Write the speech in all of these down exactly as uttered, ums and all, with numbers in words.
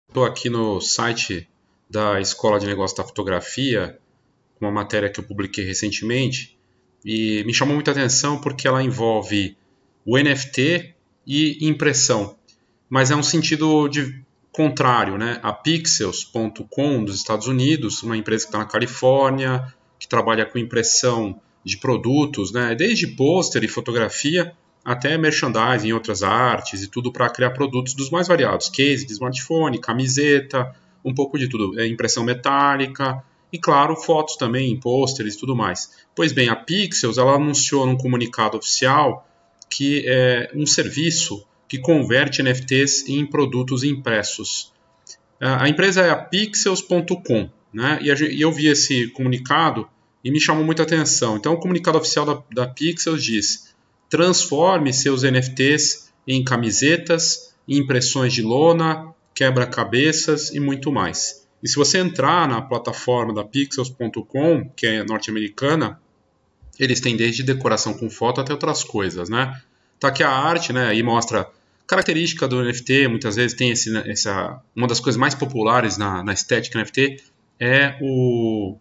Estou aqui no site da Escola de Negócios da Fotografia, uma matéria que eu publiquei recentemente, e me chamou muita atenção porque ela envolve o N F T e impressão, mas é um sentido de contrário, né? A Pixels ponto com dos Estados Unidos, uma empresa que está na Califórnia, que trabalha com impressão de produtos, né? Desde pôster e fotografia até merchandising, outras artes e tudo para criar produtos dos mais variados, case de smartphone, camiseta, um pouco de tudo, é impressão metálica e claro, fotos também, pôsteres e tudo mais. Pois bem, a Pixels ela anunciou num comunicado oficial que é um serviço que converte N F Ts em produtos impressos. A empresa é a Pixels ponto com, né? E eu vi esse comunicado e me chamou muita atenção. Então, o comunicado oficial da, da Pixels diz: transforme seus N F Ts em camisetas, impressões de lona, quebra-cabeças e muito mais. E se você entrar na plataforma da Pixels ponto com, que é norte-americana, eles têm desde decoração com foto até outras coisas, né? Tá aqui a arte, né? Aí mostra característica do N F T, muitas vezes tem esse, essa, uma das coisas mais populares na, na estética N F T é o,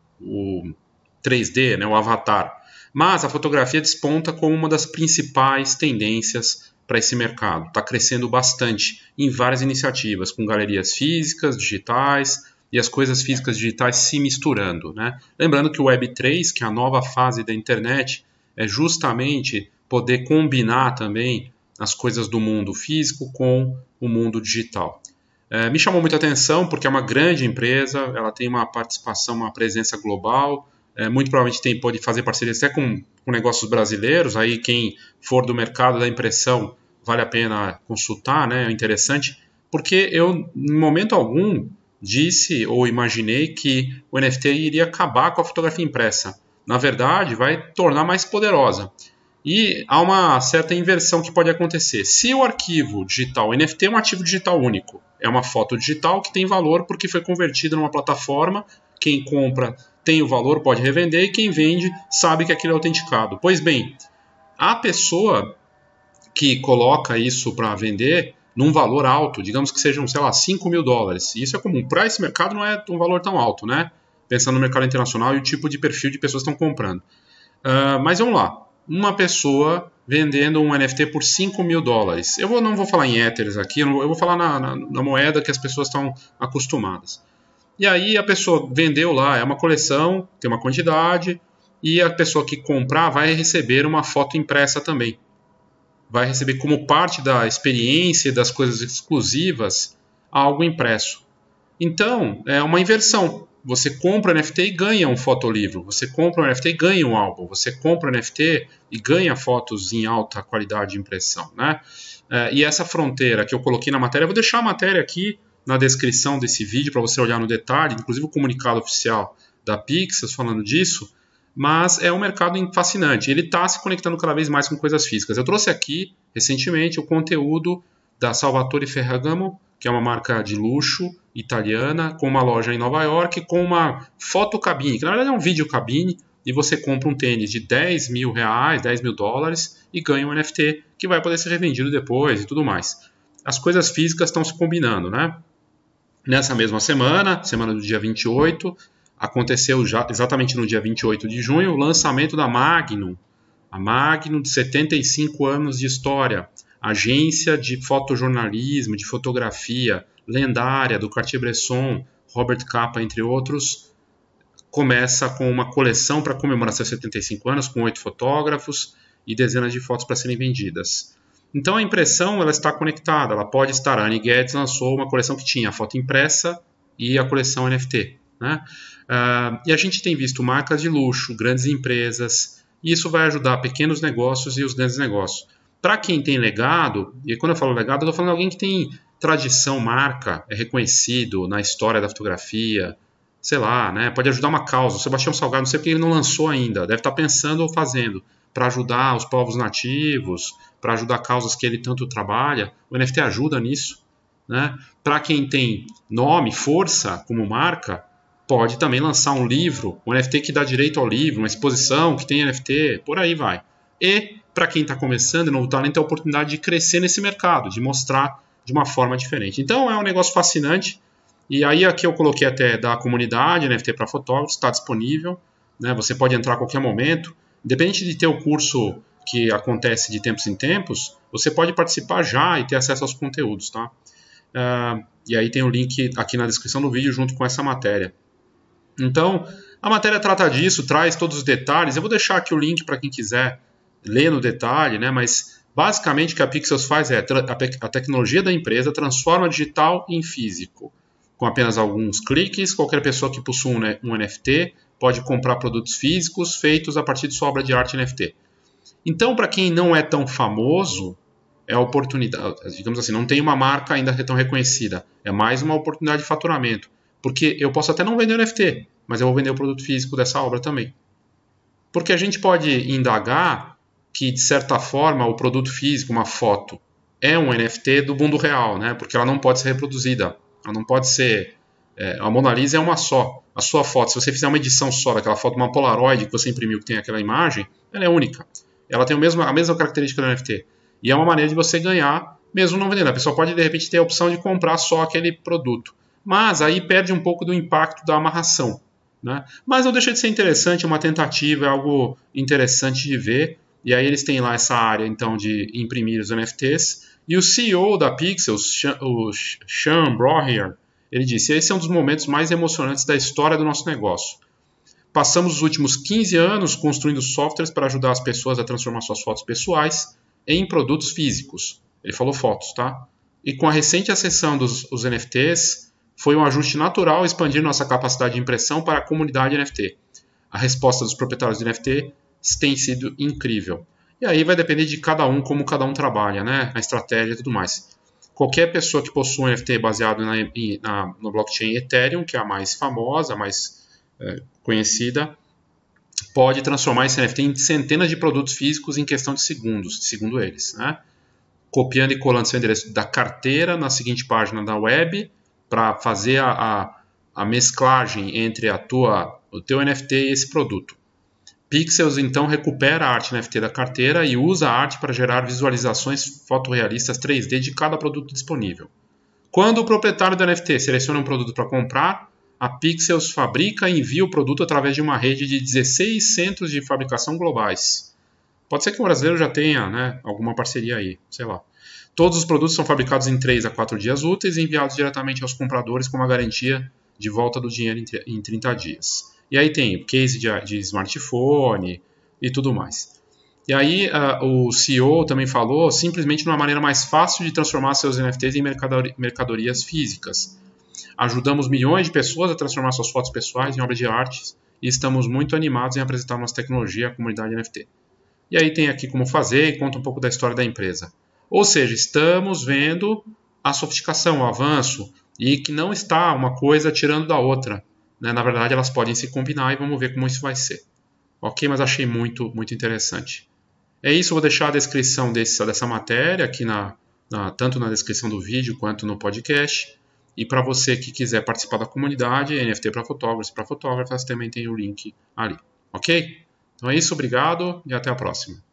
o três D, né? O avatar. Mas a fotografia desponta como uma das principais tendências para esse mercado. Está crescendo bastante em várias iniciativas, com galerias físicas, digitais e as coisas físicas digitais se misturando, né? Lembrando que o Web três, que é a nova fase da internet, é justamente poder combinar também as coisas do mundo físico com o mundo digital. É, me chamou muita atenção porque é uma grande empresa, ela tem uma participação, uma presença global, é, muito provavelmente tem, pode fazer parcerias até com, com negócios brasileiros, aí quem for do mercado da impressão vale a pena consultar, né, é interessante, porque eu, em momento algum, disse ou imaginei que o N F T iria acabar com a fotografia impressa. Na verdade, vai tornar mais poderosa. E há uma certa inversão que pode acontecer. Se o arquivo digital, o N F T é um ativo digital único, é uma foto digital que tem valor porque foi convertida numa plataforma, quem compra tem o valor, pode revender, e quem vende sabe que aquilo é autenticado. Pois bem, a pessoa que coloca isso para vender num valor alto, digamos que sejam, sei lá, cinco mil dólares, e isso é comum, para esse mercado não é um valor tão alto, né? Pensando no mercado internacional e o tipo de perfil de pessoas que estão comprando. Uh, mas vamos lá. Uma pessoa vendendo um N F T por cinco mil dólares. Eu vou, não vou falar em Ethers aqui, eu vou falar na, na, na moeda que as pessoas estão acostumadas. E aí a pessoa vendeu lá, é uma coleção, tem uma quantidade, e a pessoa que comprar vai receber uma foto impressa também. Vai receber como parte da experiência das coisas exclusivas algo impresso. Então, é uma inversão. Você compra o N F T e ganha um fotolivro. Você compra o N F T e ganha um álbum. Você compra o N F T e ganha fotos em alta qualidade de impressão, né? É, e essa fronteira que eu coloquei na matéria, eu vou deixar a matéria aqui na descrição desse vídeo para você olhar no detalhe, inclusive o comunicado oficial da Pixels falando disso, mas é um mercado fascinante. Ele está se conectando cada vez mais com coisas físicas. Eu trouxe aqui, recentemente, o conteúdo da Salvatore Ferragamo, que é uma marca de luxo italiana, com uma loja em Nova York, com uma fotocabine, que na verdade é um videocabine, e você compra um tênis de dez mil reais, dez mil dólares, e ganha um N F T que vai poder ser revendido depois e tudo mais. As coisas físicas estão se combinando, né? Nessa mesma semana, semana do dia vinte e oito, aconteceu já, exatamente no dia vinte e oito de junho, o lançamento da Magnum. A Magnum, de setenta e cinco anos de história, agência de fotojornalismo, de fotografia, lendária, do Cartier-Bresson, Robert Capa, entre outros, começa com uma coleção para comemorar seus setenta e cinco anos, com oito fotógrafos e dezenas de fotos para serem vendidas. Então a impressão ela está conectada, ela pode estar. A Annie Guedes lançou uma coleção que tinha a foto impressa e a coleção N F T, né? Uh, e a gente tem visto marcas de luxo, grandes empresas, e isso vai ajudar pequenos negócios e os grandes negócios. Para quem tem legado, e quando eu falo legado, eu estou falando de alguém que tem tradição, marca, é reconhecido na história da fotografia, sei lá, né? Pode ajudar uma causa. O Sebastião Salgado, não sei porque ele não lançou ainda, deve estar pensando ou fazendo, para ajudar os povos nativos, para ajudar causas que ele tanto trabalha. O N F T ajuda nisso, né? Para quem tem nome, força como marca, pode também lançar um livro, um N F T que dá direito ao livro, uma exposição que tem N F T, por aí vai. E para quem está começando e novo talento, é a oportunidade de crescer nesse mercado, de mostrar de uma forma diferente. Então é um negócio fascinante. E aí aqui eu coloquei até da comunidade N F T para fotógrafos, está disponível, né? Você pode entrar a qualquer momento. Independente de ter o curso que acontece de tempos em tempos, você pode participar já e ter acesso aos conteúdos, tá? Uh, e aí tem o link aqui na descrição do vídeo junto com essa matéria. Então, a matéria trata disso, traz todos os detalhes. Eu vou deixar aqui o link para quem quiser ler no detalhe, né? Mas basicamente o que a Pixels faz é a tecnologia da empresa transforma digital em físico. Com apenas alguns cliques, qualquer pessoa que possua um N F T pode comprar produtos físicos feitos a partir de sua obra de arte N F T. Então, para quem não é tão famoso, é a oportunidade, digamos assim, não tem uma marca ainda tão reconhecida, é mais uma oportunidade de faturamento, porque eu posso até não vender o N F T, mas eu vou vender o produto físico dessa obra também. Porque a gente pode indagar que, de certa forma, o produto físico, uma foto, é um N F T do mundo real, né? Porque ela não pode ser reproduzida, ela não pode ser... É, a Mona Lisa é uma só, a sua foto, se você fizer uma edição só daquela foto, uma Polaroid que você imprimiu que tem aquela imagem, ela é única. Ela tem o mesmo, a mesma característica do N F T. E é uma maneira de você ganhar, mesmo não vendendo. A pessoa pode, de repente, ter a opção de comprar só aquele produto. Mas aí perde um pouco do impacto da amarração, né? Mas não deixa de ser interessante, é uma tentativa, é algo interessante de ver. E aí eles têm lá essa área, então, de imprimir os N F Ts. E o C E O da Pixels, o Sean Broher, ele disse: esse é um dos momentos mais emocionantes da história do nosso negócio. Passamos os últimos quinze anos construindo softwares para ajudar as pessoas a transformar suas fotos pessoais em produtos físicos. Ele falou fotos, tá? E com a recente ascensão dos os N F Ts, foi um ajuste natural expandir nossa capacidade de impressão para a comunidade N F T. A resposta dos proprietários de N F T tem sido incrível. E aí vai depender de cada um, como cada um trabalha, né? A estratégia e tudo mais. Qualquer pessoa que possua um N F T baseado na, na, no blockchain Ethereum, que é a mais famosa, a mais é, conhecida, pode transformar esse N F T em centenas de produtos físicos em questão de segundos, segundo eles, né? Copiando e colando seu endereço da carteira na seguinte página da web para fazer a, a, a mesclagem entre a tua, o teu N F T e esse produto. Pixels então recupera a arte N F T da carteira e usa a arte para gerar visualizações fotorrealistas três D de cada produto disponível. Quando o proprietário do N F T seleciona um produto para comprar, a Pixels fabrica e envia o produto através de uma rede de dezesseis centros de fabricação globais. Pode ser que o brasileiro já tenha, né, alguma parceria aí, sei lá. Todos os produtos são fabricados em três a quatro dias úteis e enviados diretamente aos compradores com uma garantia de volta do dinheiro em trinta dias. E aí tem case de, de smartphone e tudo mais. E aí uh, o C E O também falou simplesmente de uma maneira mais fácil de transformar seus N F Ts em mercadori mercadorias físicas. Ajudamos milhões de pessoas a transformar suas fotos pessoais em obras de arte e estamos muito animados em apresentar nossa tecnologia à comunidade N F T. E aí tem aqui como fazer e conta um pouco da história da empresa. Ou seja, estamos vendo a sofisticação, o avanço, e que não está uma coisa tirando da outra, né? Na verdade, elas podem se combinar e vamos ver como isso vai ser. Ok? Mas achei muito, muito interessante. É isso, eu vou deixar a descrição desse, dessa matéria aqui, na, na, tanto na descrição do vídeo quanto no podcast. E para você que quiser participar da comunidade, N F T para fotógrafos, para fotógrafas, também tem o link ali. Ok? Então é isso, obrigado e até a próxima.